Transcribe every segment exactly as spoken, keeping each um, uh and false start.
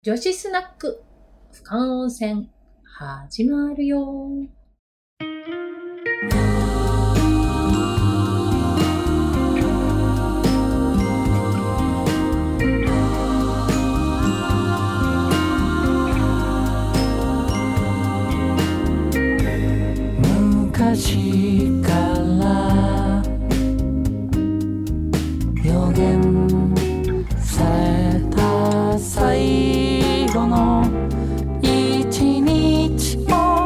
女子スナック俯瞰温泉始まるよ。 昔から予言された最後の一日を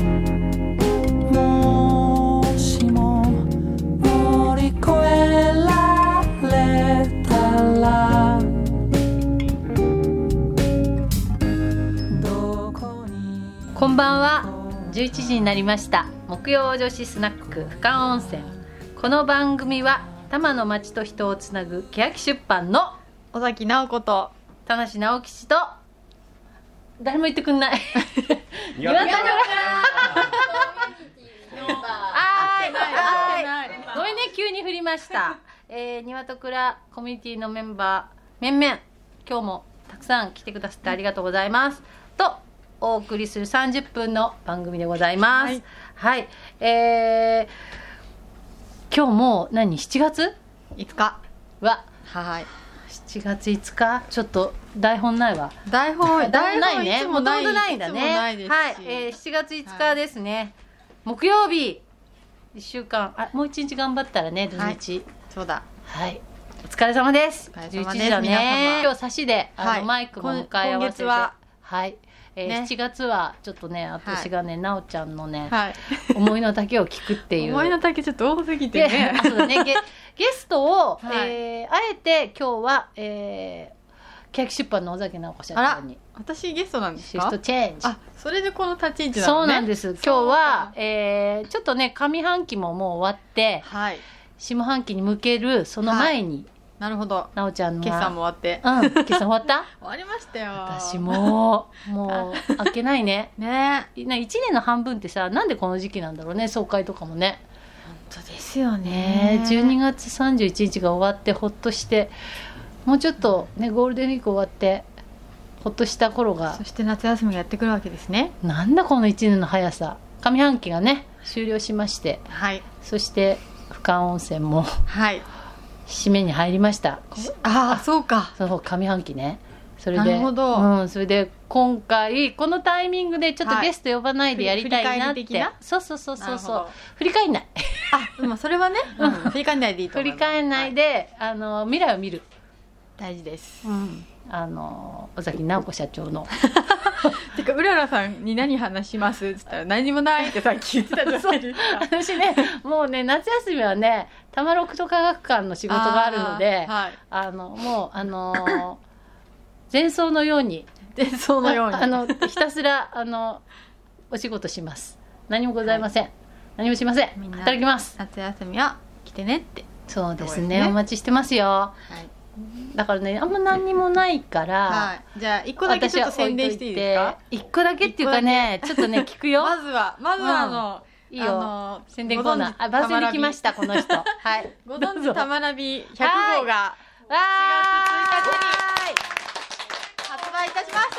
もしも乗り越えられたらどこにこんばんは。じゅういちじになりました。木曜女子スナック俯瞰温泉。この番組は多摩の町と人をつなぐ欅出版の尾崎直子と田無直吉と誰も言ってくんない岩岩田があーいないごめんね、急に振りました、えー、庭と倉コミュニティのメンバー面々、今日もたくさん来てくださってありがとうございますとお送りするさんじゅっぷんの番組でございます。はい、はい、えー、今日も何しちがついつかははいしちがついつか、ちょっと台本ないわ。 台本台本ないね。 いつもないもともとないんだね。 ないですし、 はい、えー、しちがついつかですね、はい、木曜日いっしゅうかん、あ、もういちにち頑張ったらね、土日、はい、 そうだ、 はい、お疲れ様です。 お疲れ様です。 じゅういちじだね。今日差しであの、はい、マイクも向かい合わせて、 ははい、えーね、しちがつはちょっとね、私がね、なおちゃんのね、 はい、 思いの丈を聞くっていう思いの丈ちょっと多すぎてねあ、そうだね、ゲ, ゲストを、 はい、 えー、あえて今日は、えー、欅出版の尾崎直子社長に私ゲストなんですか。 シフトチェンジ。 あ、それでこの立ち位置なのね。 そうなんです。今日は、えー、ちょっとね、上半期ももう終わって、はい、下半期に向けるその前に、はい、 なるほど、 なおちゃんの決算も終わって、 うん、決算終わった終わりましたよ。 私ももう開けないねね、 いちねんの半分ってさ、なんでこの時期なんだろうね、総会とかもね。 本当ですよね。 じゅうにがつさんじゅういちにちが終わってほっとして、もうちょっとね、ゴールデンウィーク終わってほっとした頃が、 そして夏休みがやってくるわけですね。 なんだこのいちねんの速さ。上半期がね終了しまして、はい、そして俯瞰温泉も、はい、締めに入りました。 ああ、そうか、 その上半期ね。それで、 なるほど、 うん、それで今回このタイミングでちょっとゲスト呼ばないでやりたいなって、はい、そうそうそうそうそう、振り返んないあ、でもそれはね、うん、振り返んないでいいと思います。 振り返んないで、はい、あの未来を見る、 大事です、 うん、あの尾崎直子社長のてかうららさんに何話しますって言ったら何もないってさっき言ってたじゃないですか私ね、もうね、夏休みはね、多摩六都科学館の仕事があるので、あ、はい、あのもうあの前奏のように前奏のようにあのひたすらあのお仕事します。何もございません、はい、何もしません。みんな働きます。 夏休みは来てねって。 そうですね、お待ちしてますよ、はい、だからね、あんま何にもないから、はい、 じゃあいっこだけちょっと宣伝していいですか。 いっこだけっていうかね、ちょっとね聞くよまずはまずはあの、 うん、いいよ、あの宣伝コーナー、あ、番宣で来ましたこの人はい、 ご存知玉ナビひゃくごうがしがつついたちに発売いたしました。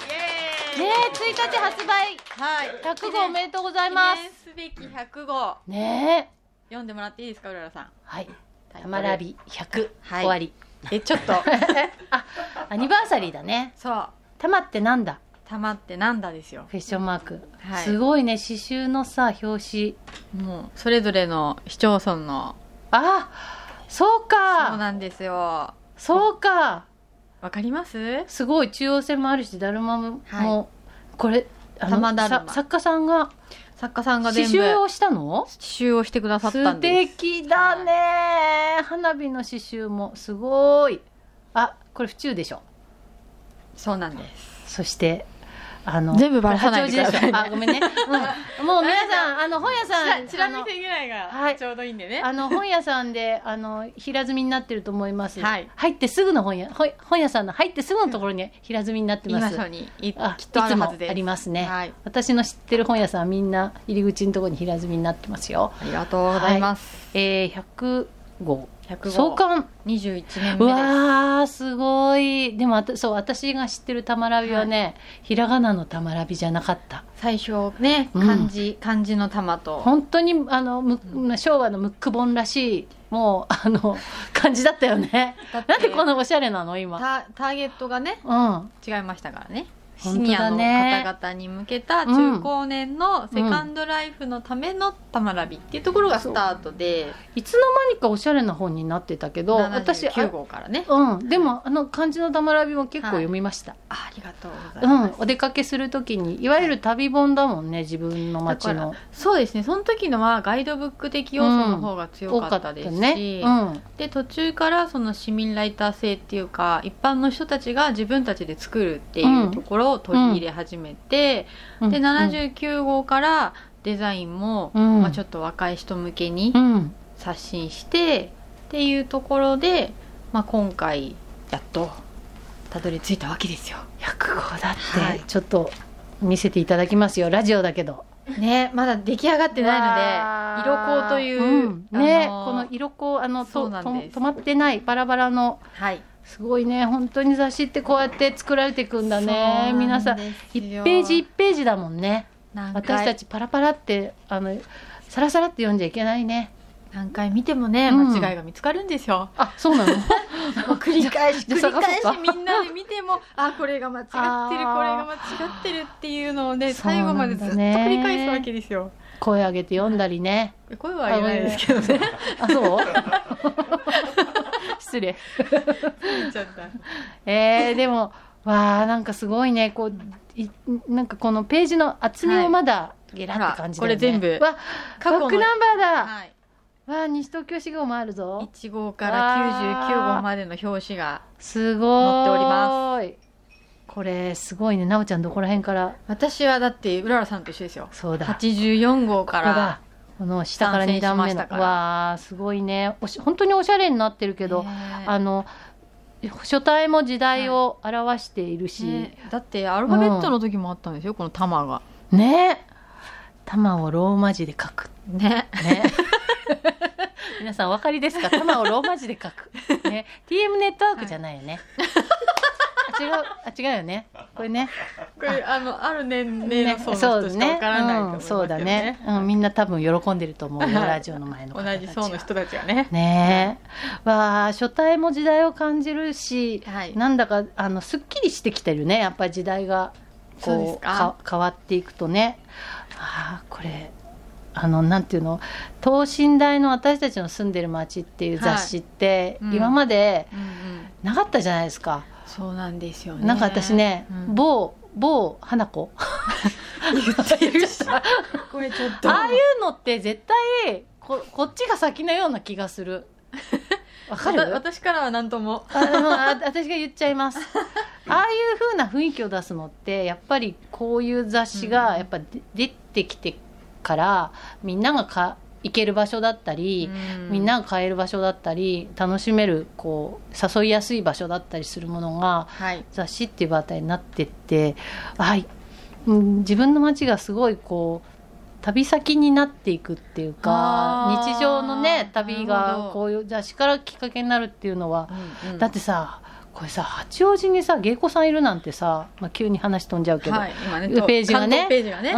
イエーイねえ、ついたち発売、はい、ひゃくごうおめでとうございます。 記念すべきひゃくごうねえ、 読んでもらっていいですか、うららさん。 はい、玉ナビひゃく、はい、終わり。 え、ちょっとあ、アニバーサリーだね。 そう、 玉ってなんだ、 玉ってなんだですよ。 フェッションマーク、はい、すごいね、刺繍のさ表紙、 もうそれぞれの市町村の、 あ、そうか、 そうなんですよ。 そうか、 わかります。 すごい、中央線もあるし、だるまも、はい、これあの作家さんが作家さんが刺繍をしたの？ 刺繍をしてくださったんです。 素敵だね、はい、花火の刺繍もすごい。あ、これ府中でしょ。 そうなんです。 そしてあの全部バラさないでくださいね。 あ、ごめんね、うん、もう皆さん、あの本屋さん、 チラ見せぐらいがちょうどいいんでね、 はい、あの本屋さんであの平積みになってると思います、はい、入ってすぐの本屋、本屋さんの入ってすぐのところに平積みになってます。 いい場所にいあ、 きっとあるはずです。 いつもありますね、はい、私の知ってる本屋さんはみんな入り口のところに平積みになってますよ。 ありがとうございます、 はい、えー、ひゃくごうひゃくご創刊にじゅういちねんうめです。 わーすごい。でもあたそう私が知ってるたまらびはね、はい、ひらがなのたまらびじゃなかった。 最初ね漢字、うん、漢字の玉と本当にあのむ、うん、昭和のムック本らしいもうあの感じだったよね。なんでこんなおしゃれなの今。 タ, ターゲットがね、 うん、 違いましたからね。 シニアの方々に向けた中高年のセカンドライフのためのたまらびっていうところがスタートで、 いつの間にかおしゃれな本になってたけど、私ななじゅうきゅう号からね、 うん、でもあの漢字のたまらびも結構読みました、はい、 あ, ありがとうございます、 うん、お出かけするときにいわゆる旅本だもんね、自分の街の。 そうですね、その時のはガイドブック的要素の方が強かったですし、うんねうん、で途中からその市民ライター性っていうか一般の人たちが自分たちで作るっていうところを取り入れ始めて、うん、でななじゅうきゅう号からデザインも、うんまあ、ちょっと若い人向けに刷新して、うん、っていうところで、まあ、今回やっとたどり着いたわけですよ。 ひゃく号だって、はい、ちょっと見せていただきますよ、ラジオだけどね、まだ出来上がってないので色香という、 うん、ね、この色香あのとと止まってないバラバラの、 はい、 すごいね、本当に雑誌ってこうやって作られていくんだね。皆さんいちページいちページだもんね。私たちパラパラってあのサラサラって読んじゃいけないね。 何回見てもね、うん、間違いが見つかるんですよ。 あ、そうなの繰り返し繰り返しみんなで見てもあ、これが間違ってるこれが間違ってるっていうのをね、最後までずっと繰り返すわけですよ。 声上げて読んだりね。 声は上げないですけどね。 あ、そう失礼えー、でもわー、なんかすごいね、こういなんかこのページの厚みもまだゲラって感じだよね、 これ全部わバックナンバーだ、 はい、 わー、西東京市号もあるぞ。 いち号からきゅうじゅうきゅう号までの表紙がすごい載っております。 これすごいね。なおちゃんどこら辺から？ 私はだってうららさんと一緒ですよ。 そうだ、 はちじゅうよん号からこの下からに段目のわー、すごいね。おし本当におしゃれになってるけど、あの書体も時代を表しているし、はいね、 だってアルファベットの時もあったんですよ、うん、この玉がね、玉をローマ字で書くねね皆さんお分かりですか？玉をローマ字で書く、ね、ティーエム ネットワークじゃないよね、はい、違うあ違うよね、これね、 これ あ, あのある年齢の層の人しか分からないと思いますけどね、 そうだね、うん、みんな多分喜んでると思うよ、ラジオの前の方たちは同じ層の人たちがねねえ、わあ、書体も時代を感じるし、 はい、 なんだかあのすっきりしてきてるね、やっぱり時代がこうか変わっていくとね。ああ、これあのなんていうの、等身大の私たちの住んでる街っていう雑誌って、はい、うん、今までなかったじゃないですか。 そうなんですよね。 なんか私ね、うん、某某花子言ってるしこれちょっとああいうのって絶対 こ, こっちが先なような気がする。わかる？ 私からは何ともあのあ私が言っちゃいます。ああいう風な雰囲気を出すのってやっぱりこういう雑誌がやっぱ出てきてからみんながか行ける場所だったり、うん、みんなが買える場所だったり楽しめるこう誘いやすい場所だったりするものが、はい、雑誌っていう場体になってって、はい、うん、自分の街がすごいこう旅先になっていくっていうか、日常のね旅がこういう雑誌からきっかけになるっていうのは、うんうん、だってさこれさ八王子にさ芸妓さんいるなんてさ、まあ、急に話飛んじゃうけど、 はい、今ね、 ページがね、 ページがね、 うん、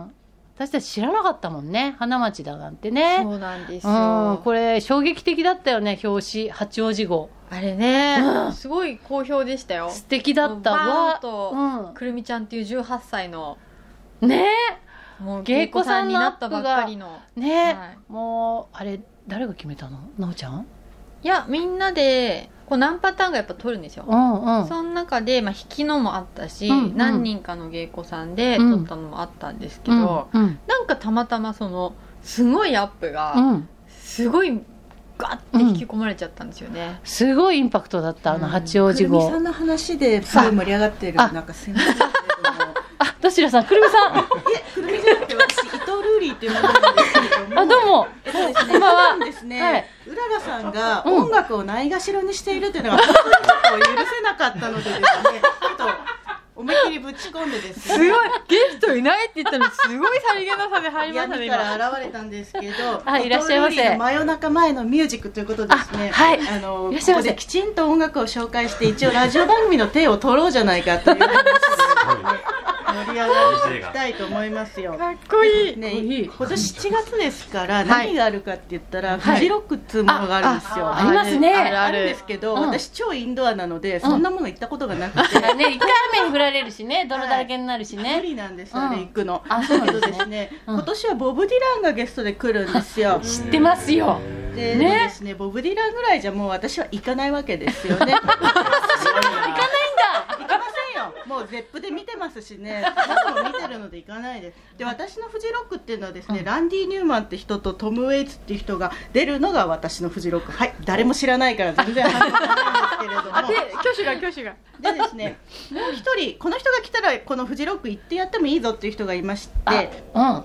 私たち知らなかったもんね、花町だなんてね。 そうなんですよ、 うん、これ衝撃的だったよね、表紙八王子号あれね、 うん、 すごい好評でしたよ。 素敵だったわ。 バーンと、うん、くるみちゃんっていうじゅうはっさいのねもう芸妓さんになったばっかりのね、はい、もうあれ誰が決めたの？なおちゃん？ いや、みんなでこう何パターンがやっぱ撮るんですよ、 うんうん、 その中で、まあ、引きのもあったし、うんうん、何人かの芸妓さんで撮ったのもあったんですけど、うんうん、なんかたまたまそのすごいアップが、うん、すごいガッて引き込まれちゃったんですよね、うん、 すごいインパクトだった、あの八王子号。 くるみさんの話ですごい盛り上がってる、なんかすいませんあ、どちらさん、くるみさん。 いえ、くるみじゃなくて私、伊藤ルーリーっていうものなんですけれども。 あ、どうも。 えっとですね、こんばんは。ですね、はい、うららさんが音楽をないがしろにしているというのが本当にちょっと許せなかったのでですね、ちょっと思いっきりぶち込んでですすごいゲストいないって言ったのにすごいさりげなさで入りましたね。 闇から現れたんですけど、 あ、いらっしゃいませ。 真夜中前のミュージックということですね。 はい、 あのここできちんと音楽を紹介して一応ラジオ番組の手を取ろうじゃないかという話で盛り上がりたいと思いますよ。 かっこいい。 ね、今年しちがつですから何があるかって言ったら、フジロックっていうものがあるんですよ。 ありますね。 あるんですけど、私超インドアなのでそんなもの行ったことがなくて、 ね、一回雨に降られるしね、泥だらけになるしね。 無理なんですよね、行くの。 あ、そうなんですね。今年はボブ・ディランがゲストで来るんですよ。 知ってますよ。 でですね、ボブ・ディランぐらいじゃもう私は行かないわけですよね。行かないんだ。行きませんよ。もうゼップで見てますしね。僕も見てるので行かないです。で、私のフジロックっていうのはですね、ランディ・ニューマンって人とトム・ウェイツっていう人が出るのが私のフジロック。はい、誰も知らないから全然話がないんですけれども。 で、挙手が挙手が。 でですね、もう一人この人が来たらこのフジロック行ってやってもいいぞっていう人がいまして、 うん、 はい。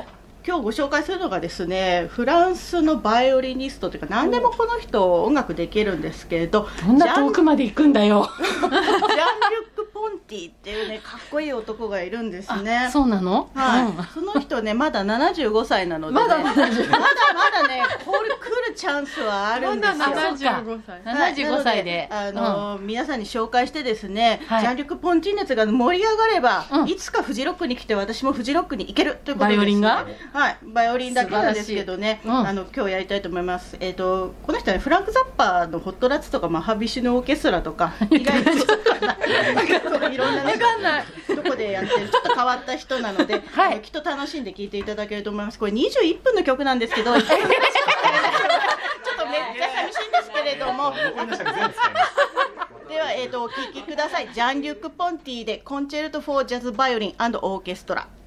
今日ご紹介するのがですね、フランスのバイオリニストというか何でもこの人音楽できるんですけれど、 どんな遠くまで行くんだよ。 ジャン・リュック・ポンティっていうね、かっこいい男がいるんですね。 そうなの？ はい、 うん、 その人ねまだななじゅうごさいなので、ね、まだまだまだまだねこれ来るチャンスはあるんですよ。 まだななじゅうごさい、 ななじゅうごさいで、 あの、うん、皆さんに紹介してですね、 はい、 ジャン・リュック・ポンティ熱が盛り上がれば、 うん、 いつかフジロックに来て私もフジロックに行けるということです、ね、 バイオリンが、 はい、バイオリンだけなんですけどね、うん、あの今日やりたいと思います。えーと、この人は、ね、フランク・ザッパーのホットラッツとかマハビシュのオーケストラとか意外といろんなねどこでやってるちょっと変わった人なので、はい、きっと楽しんで聴いていただけると思います。これにじゅういっぷんの曲なんですけどちょっとめっちゃ寂しいんですけれどもでは、えーと、お聴きください。ジャン・リュック・ポンティでコンチェルト・フォー・ジャズ・バイオリン&オーケストラ。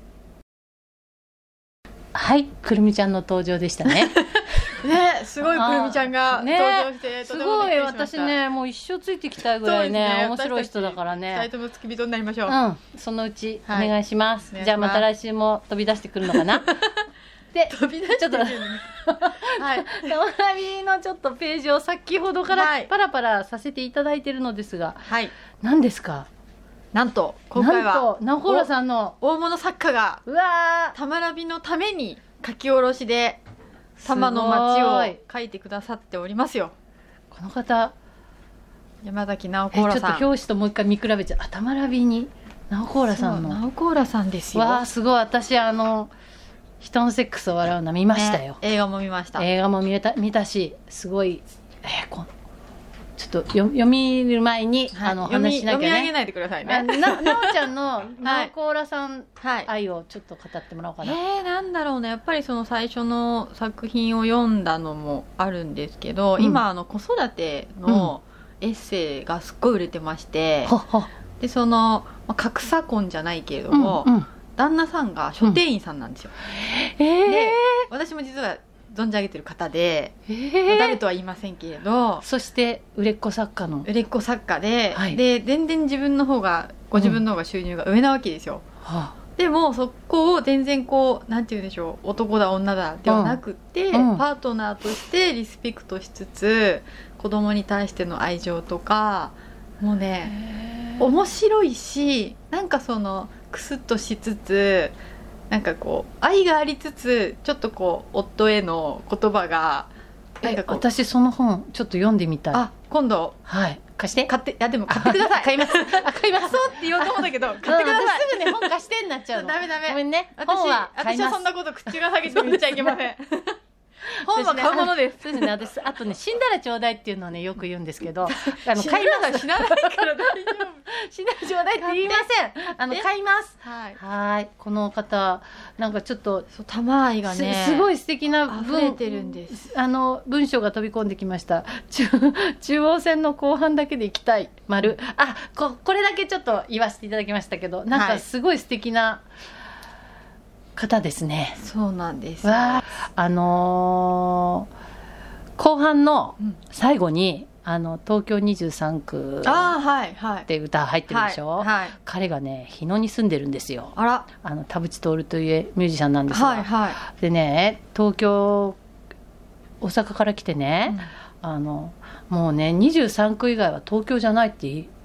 はい、くるみちゃんの登場でしたね。 ね、すごいくるみちゃんが登場して、 ね、すごい私ね、もう一生ついてきたいぐらい ね, ね面白い人だからね。 ふたりとも付き人になりましょう。 うん、そのうちお願いします。 はい、 じゃあまた来週も飛び出してくるのかな。で、 飛び出してくるの。はい。 たまらびのちょっとページを先ほどからパラパラさせていただいているのですが、 はい。 何ですか。 なんと今回はなんとナホーラさんの大物作家がうわたまらびのために書き下ろしで多摩の街を書いてくださっておりますよ。 この方山崎直子らさん。 ちょっと表紙ともう一回見比べちゃう。たまらびに直子らさんの直子らさんですよ。 わあすごい。私あの人のセックスを笑うの見ましたよ、 ね、映画も見ました。 映画も見た見たしすごい、えー、こちょっと読読みる前に、はい、あの話しなきゃね。 読み上げないでくださいね。 ななおちゃんの直子らさんはい、 愛をちょっと語ってもらおうかな。 えー、なんだろうね。やっぱりその最初の作品を読んだのもあるんですけど、うん、今あの子育てのエッセイがすっごい売れてまして、うん、でその、まあ、格差婚じゃないけれども、うんうん、旦那さんが書店員さんなんですよ、 うん、えー、 で私も実は存じ上げてる方で、えー、誰とは言いませんけれど、 そして売れっ子作家の売れっ子作家で、はい、で全然自分の方がご自分の方が収入が上なわけですよ、うんはあ、でもそこを全然こうなんて言うんでしょう、男だ女だではなくて、うん、パートナーとしてリスペクトしつつ子供に対しての愛情とかもうね面白いし、なんかそのクスッとしつつなんかこう愛がありつつちょっとこう夫への言葉がなんかこう、私その本ちょっと読んでみたい。 あ、今度はい貸して買って、いやでも買ってください。 買います。あ、買います。 そうって言おうと思うんだけど買ってください。 すぐね本貸してになっちゃうの。 ダメダメ。 ごめんね。 私本は買います。 私はそんなこと口が下げて言っちゃいけません。本は買うものです。 そうですね。私あとね死んだらちょうだいっていうのをねよく言うんですけど、あの買います。死なないから大丈夫。 死んだらちょうだいって言いません。あの買います。 はい。 はい。この方なんかちょっとそう玉愛がねす, すごい素敵な文溢れてるんです。 あの文章が飛び込んできました。中, 中央線の後半だけで行きたい丸。あ こ, これだけちょっと言わせていただきましたけど、なんかすごい素敵な方ですね。 そうなんです。 わあのー、後半の最後に、うん、あの東京にじゅうさんくって歌入ってるでしょ、 はいはい、 彼がね日野に住んでるんですよ。 あら、 あの田淵徹というミュージシャンなんですが、 はいはい、 でね東京大阪から来てね、うん、あのもうねにじゅうさんく以外は東京じゃないって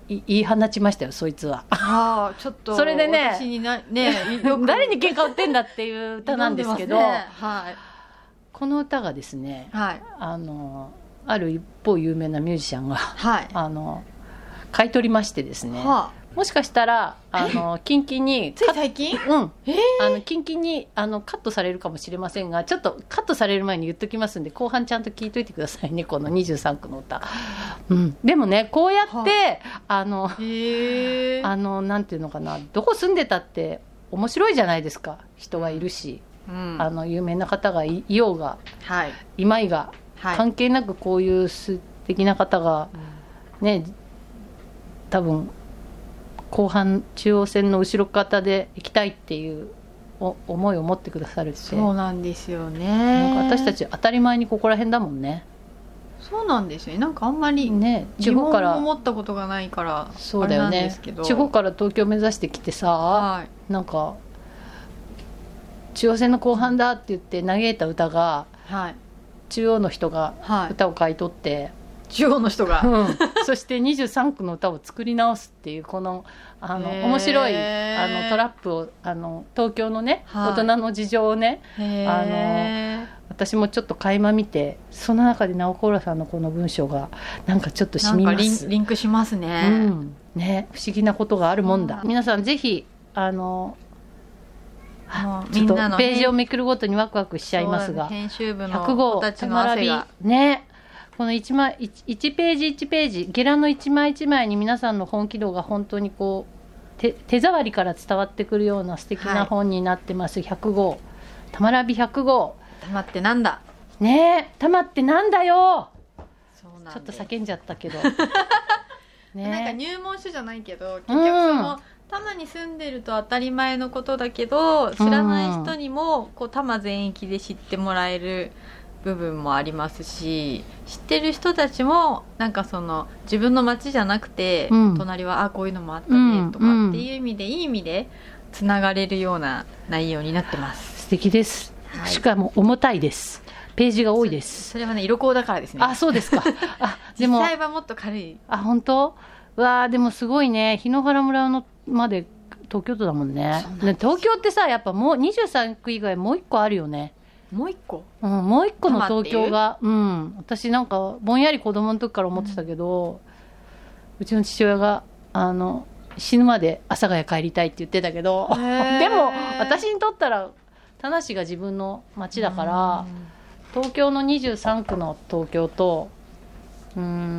言い放ちましたよ、そいつは。 ああ、ちょっとそれでね、 私になね誰に喧嘩売ってんだっていう歌なんですけど、 ね、はい、 この歌がですね、 はい、 あのある一方有名なミュージシャンが、 はい、 あの買い取りましてですね、 はあ、 もしかしたらあのキンキンについ最近、 うん、 えー、 あのキンキンにあのカットされるかもしれませんが、ちょっとカットされる前に言っときますんで、後半ちゃんと聞いといてくださいね、このにじゅうさんくの歌、うん、でもね、こうやって、はあ、あの、 へー、 あのなんていうのかな、どこ住んでたって面白いじゃないですか、人はいるし、うん、あの有名な方が い, いようが、はい、いまいが、はい、関係なくこういう素敵な方が、うん、ね、多分後半中央線の後ろ方で行きたいっていうお思いを持ってくださるって、 そうなんですよね。 なんか私たち当たり前にここら辺だもんね。 そうなんですね。なんかあんまりね、地方から思ったことがないからそうだよね、地方から東京目指してきてさ、はい、なんか中央線の後半だって言って嘆いた歌が、はい、中央の人が歌を買い取って、はい、 中央の人が、 うん、そしてにじゅうさんくの歌を作り直すっていう、このあの面白いあのトラップを、あの東京のね、はい、大人の事情をね、あの私もちょっと垣間見て、その中で直子浦さんのこの文章がなんかちょっと染みます。 なんかリン、リンクしますね、 うん、ね、不思議なことがあるもんだ。皆さんぜひあのちょっとページをめくるごとにワクワクしちゃいますが、 編集部の子たちの汗がね、この 1, 枚 1, 1ページいちページ、ゲラのいちまいいちまいに皆さんの本気度が本当にこう 手, 手触りから伝わってくるような素敵な本になってます、はい、ひゃくごう、たまらびひゃくごう。 たまってなんだねえ、たまってなんだよ。 そうなんちょっと叫んじゃったけどね、なんか入門書じゃないけど、結局その、うん、多摩に住んでると当たり前のことだけど、知らない人にもこう多摩全域で知ってもらえる部分もありますし、知ってる人たちもなんかその自分の街じゃなくて、うん、隣はあこういうのもあったねとかっていう意味で、うん、いい意味でつながれるような内容になってます。 素敵です、はい、しかも重たいです。ページが多いです。 そ, それはね、色香だからですね。 あ、そうですか。あ、でも実際はもっと軽い。 あ、本当？わー、でもすごいね。檜原村のまで東京都だもん ね, ね東京ってさ、やっぱもうにじゅうさんく以外もういっこあるよね。 もう一個、 うん、もう一個の東京が、うん、私なんかぼんやり子供の時から思ってたけど、うん、うちの父親があの死ぬまで阿佐ヶ谷帰りたいって言ってたけどでも私にとったら田無が自分の町だから、東京のにじゅうさんくの東京と、うん、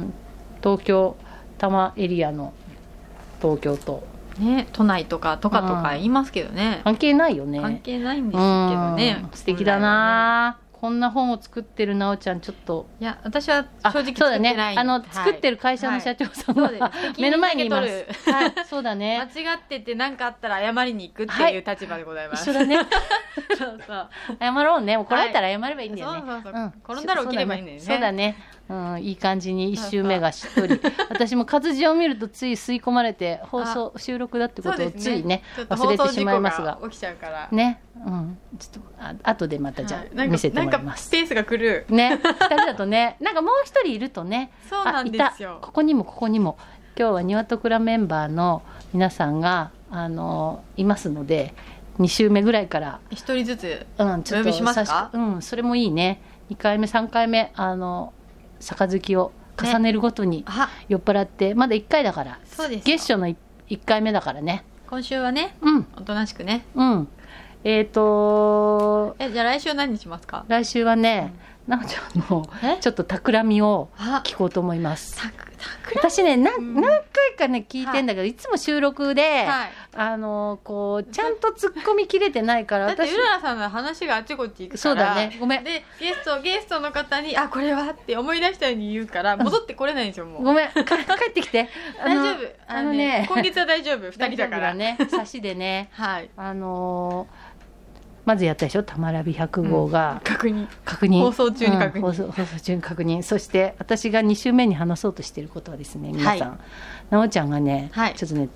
東京多摩エリアの東京と、 ね、都内とかとかとか言いますけどね、 うん、関係ないよね。 関係ないんですけどね、 うん、素敵だな、ね、こんな本を作ってるなおちゃん、ちょっと、 いや私は正直作ってない。 そうだね、あの、はい、作ってる会社の社長さんが、はい、目の前にいます、はい、そうだね間違ってて何かあったら謝りに行くっていう立場でございます、 はい、一緒だねそうそう謝ろうね、怒られたら謝ればいいんだよね、はい、そうそうそう、うん、 転んだら起きればいいんだよね。 そうだね、うん、いい感じにいち周目がしっとり私も活字を見るとつい吸い込まれて放送収録だってことをつい ね, ね忘れてしまいますが、 起きちゃうからね、うん、ちょっとあ後でまたじゃあ、はい、見せてもらいます。 なんかスペースが来るね、ふたりだとね、なんかもう一人いるとね、 そうなんですよ、 ここにもここにも今日はにわとくらメンバーの皆さんがあのいますので、に週目ぐらいからひとりずつお呼びしますか、 うん、それもいいね。にかいめさんかいめあの杯を重ねるごとに酔っ払って、ね、まだいっかいだから、 そうです月初の いっかいめだからね。 今週はね、 うん、 おとなしくね、 うん、えーとえじゃあ来週何にしますか。 来週はね、なおちゃんのちょっと企みを聞こうと思います。私ね、な、うん、何回かね聞いてんだけど、はい、いつも収録で、はい、あのこうちゃんと突っ込みきれてないから、 だってうららさんの話があっちこっち行くから、 そうだね、ごめん。 でゲストゲストの方にあこれはって思い出したように言うから戻ってこれないんですよ、もう。 ごめん、帰ってきて。 大丈夫、あのね、今月は大丈夫、ふたりだからね、差しでね、 はい、 あのーまずやったでしょ、たまらびひゃくごうが、 うん、確認確認放送中に確認、 うん、放送、放送中に確認。そして私がに週目に話そうとしていることはですね、皆さん、はい、なおちゃんがね、はい、ちょっとね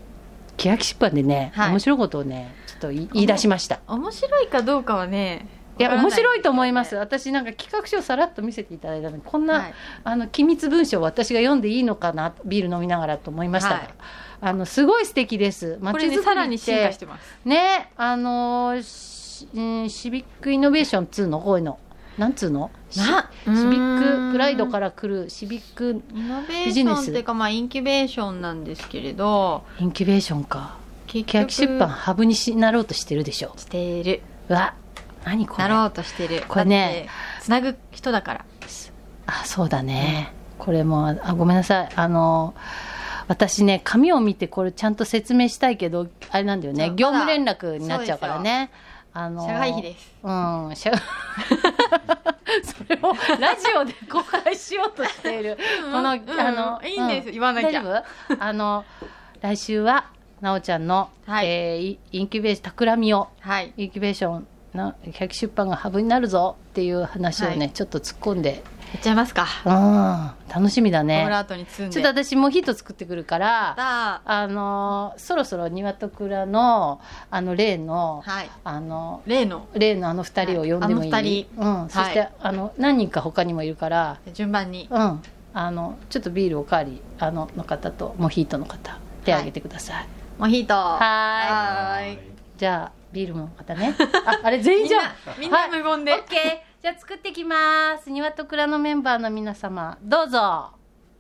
欅出版でね、はい、面白いことをねちょっと言い出しました。 面白いかどうかはねいや面白いと思います。私なんか企画書をさらっと見せていただいたのにこんな、はい、あの機密文書を私が読んでいいのかなビール飲みながらと思いましたが、はい、あのすごい素敵です。 これねさらに進化してますね。あのシビックイノベーションツーのこういうのなんつうのシ, シビックプライドから来るシビックイノベーションっていうか、まあ、インキュベーションなんですけれどインキュベーションか結局欅出版ハブにしなろうとしてるでしょ。 してる。 うわ何これなろうとしてる。 これねつなぐ人だから。 あそうだね、うん、これもあごめんなさいあの私ね紙を見てこれちゃんと説明したいけどあれなんだよね業務連絡になっちゃうからね。あの社外費です。 うん社それをラジオで公開しようとしているこの、うん、あの、 うん、いいんです、うん、言わなきゃ。 大丈夫あの来週はなおちゃんの、はいえー、インキュベーション企みを、はい、インキュベーションの欅出版がハブになるぞっていう話をね、はい、ちょっと突っ込んでやっちゃいますか。 うん楽しみだね。 オーラートに積んでちょっと私モヒート作ってくるからあのそろそろ庭と蔵のあの例の、はい、あの例の例のあの二人を呼んでもいい、はい、あの二人、うん、そして、はい、あの何人か他にもいるから順番に、 うん、あのちょっとビールおかわりあのの方とモヒートの方手挙げてください、はい、 モヒートはい。じゃあビールもまたね あ, あれ全員じゃんみんな無言で、 はい、OK じゃあ作ってきます。庭と蔵のメンバーの皆様どうぞ。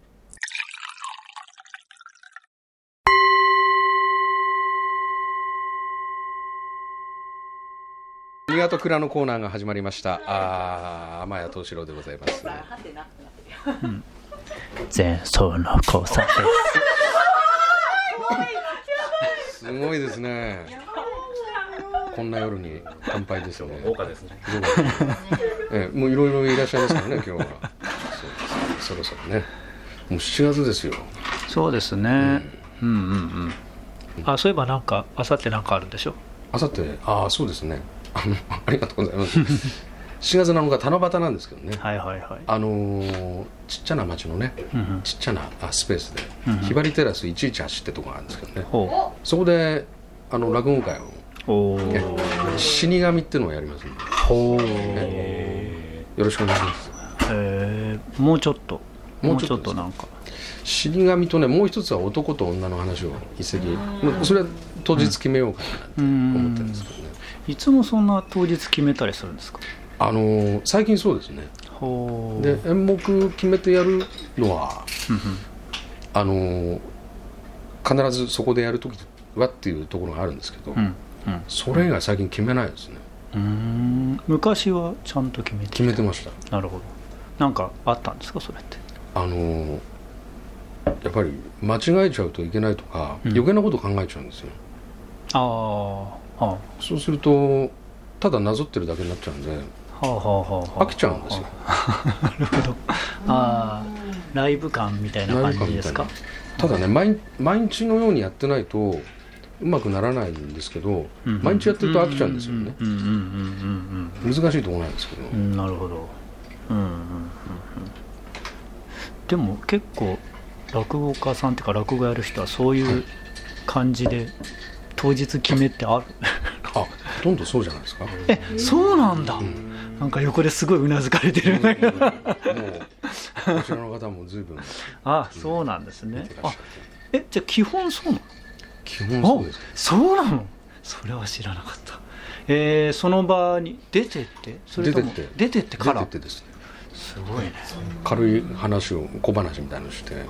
庭と蔵のコーナーが始まりました。あ天谷藤四郎でございます、 うん、前奏の交差ですすごいですね。こんな夜に乾杯ですよね。 豪華ですね。 ええ、もういろいろいらっしゃいますからね今日は。そうです。そろそろね。もうしちがつですよ。 そうですね。うん、うんうんうんあそういえばなんかあさってなんかあるんでしょ。 あさってああそうですね。あのありがとうございます。しがつなのか七夕なんですけどね。 はいはいはい。 あのー、ちっちゃな町のね、うんうん、ちっちゃなスペースで、うんうん、ひばりテラスいちいちはちってとこがあるんですけどね。ほうそこであの落語会を。死神っていうのをやりますので、ほう、ね、よろしくお願いします。 えー、もうちょっともうちょっとなんか死神とねもう一つは男と女の話を一席それは当日決めようかなって思ってるんですけどね。 いつもそんな当日決めたりするんですか。 あのー、最近そうですね。ほうで演目決めてやるのはあのー、必ずそこでやるときはっていうところがあるんですけど、うんうん、それ以外最近決めないですね。 うーん昔はちゃんと決めて決めてました。 なるほど。なんかあったんですかそれって。 あのー、やっぱり間違えちゃうといけないとか、うん、余計なこと考えちゃうんですよ。 ああそうするとただなぞってるだけになっちゃうんで、はあはあはあ、飽きちゃうんですよ。 なるほど。あライブ感みたいな感じですか。 ただね 毎, 毎日のようにやってないとうまくならないんですけど、うん、毎日やってると飽きちゃうんですよね。難しいところなんですけど、 うん、なるほど、うんうんうんうん、でも結構落語家さんっていうか落語やる人はそういう感じで当日決めってあるあ、ほとんどそうじゃないですか。 え、そうなんだ、うん、なんか横ですごいうなずかれてるんだけど、うん、もうこちらの方も随分あ、そうなんですね。あ、え、じゃあ基本そうなの。 基本そうです。 そうなの。それは知らなかった。えー、その場に出てってそれとも出てって出てってから出てってですね。 すごいね。 軽い話を小話みたいなのして。へ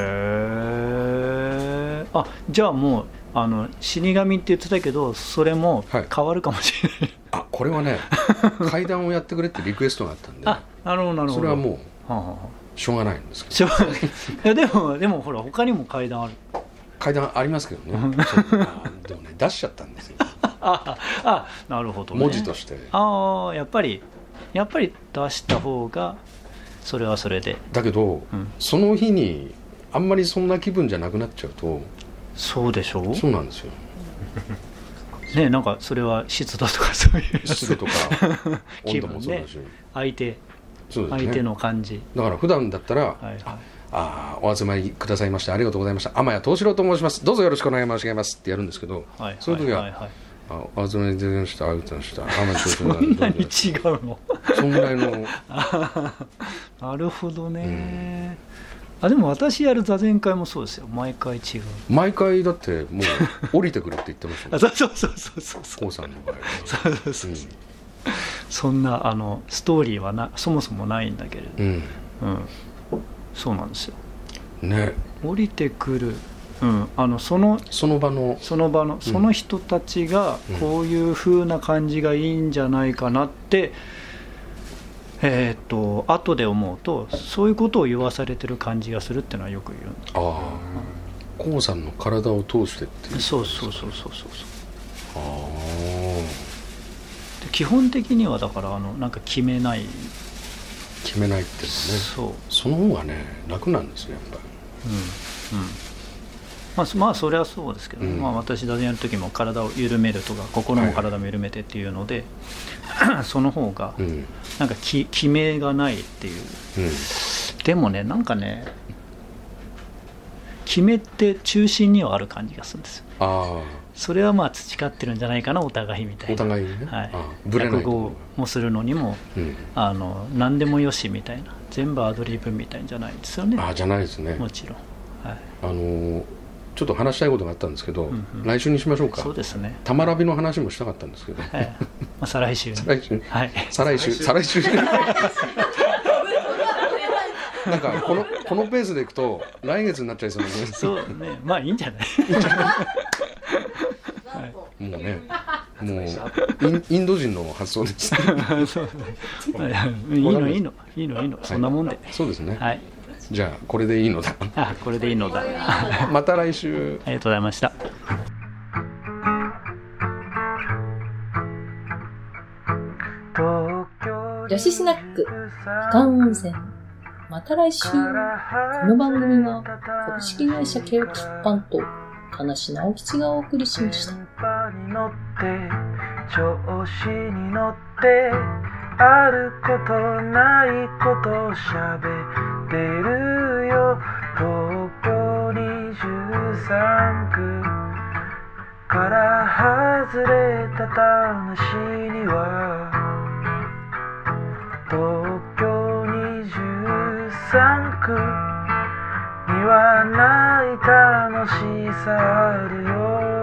え。あ、じゃあもうあの死神って言ってたけどそれも変わるかもしれない、はい、 あ、これはね怪談をやってくれってリクエストがあったんで、 あ、なるほどなるほど。 それはもう、はあはあ、しょうがないんですけど。しょうがない。いやでもでもほら他にも怪談ある。 階段ありますけどねでもね出しちゃったんですよああ、なるほど、ね、 文字として。 ああ、やっぱりやっぱり出した方がそれはそれでだけど、うん、その日にあんまりそんな気分じゃなくなっちゃうと。 そうでしょう。 そうなんですよね。なんかそれは湿度とかそういう湿度とか温度もそうだし、ね、 相手そうですね、 相手の感じだから普段だったら、はいはい、あお集まりくださいましてありがとうございました、天谷藤四郎と申します、どうぞよろしくお願い申し上げますってやるんですけど、はい、そういう時は、はいはいはい、 あ、あずめでした、あうつんした、あまりそんなに違うのそんぐらいのなるほどね、うん、あでも私やる座禅会もそうですよ、毎回違う、 毎回だってもう降りてくるって言ってましたもんそうそうそうそうそう、 王さんの場合はそうそうそう、うん、そんなあのストーリーはなそもそもないんだけれど、うん、うん、そうなんですよね、 降りてくる、うん、あのそのその場のその場のその人たちがこういう風な感じがいいんじゃないかなって、うん、えー、っと後で思うとそういうことを言わされてる感じがするっていうのはよく言う。 ああ、コウさんの体を通してっていう。 そうそうそうそうそうそう。 ああ。基本的にはだからあのなんか決めない。 決めないっていうのはね。そう。その方がね楽なんですよやっぱり。うんうん。 まあ、まあそれはそうですけど、うん、まあ、私座禅やる時も体を緩めるとか心も体も緩めてっていうので、はい、その方がなんかき決めがないっていう、うん、でもねなんかね決めって中心にはある感じがするんですよ。あ、それはまあ培ってるんじゃないかなお互いみたいな。 お互いにね、 はい、落語もするのにも、うん、あの何でもよしみたいな全部アドリブみたいんじゃないですよね。 あ、じゃないですね、 もちろん、はい、 あのーちょっと話したいことがあったんですけど、うんうん、来週にしましょうか。 そうですね。 たまらびの話もしたかったんですけど、 はい、まあ、再来週再来週、 はい、 再来週再来週なんかこのこのペースでいくと来月になっちゃいそうなね。 そうね、まあいいんじゃない。 はい、もうね、もうイ ン, インド人の発想です。 そういいのいいのいいのいいの、そんなもんで、はい、 そうですね。 はい。 じゃあこれでいいのだ。 あ、これでいいのだ。 また来週。 ありがとうございました。 女子スナックみかん温泉、また来週。この番組は株式会社ケオキッパンと田無直吉がお送りしました。調子に乗ってあることないことをしゃべってるよ。東京にじゅうさんくから外れた田無には東京にじゅうさんくにはない楽しさあるよ。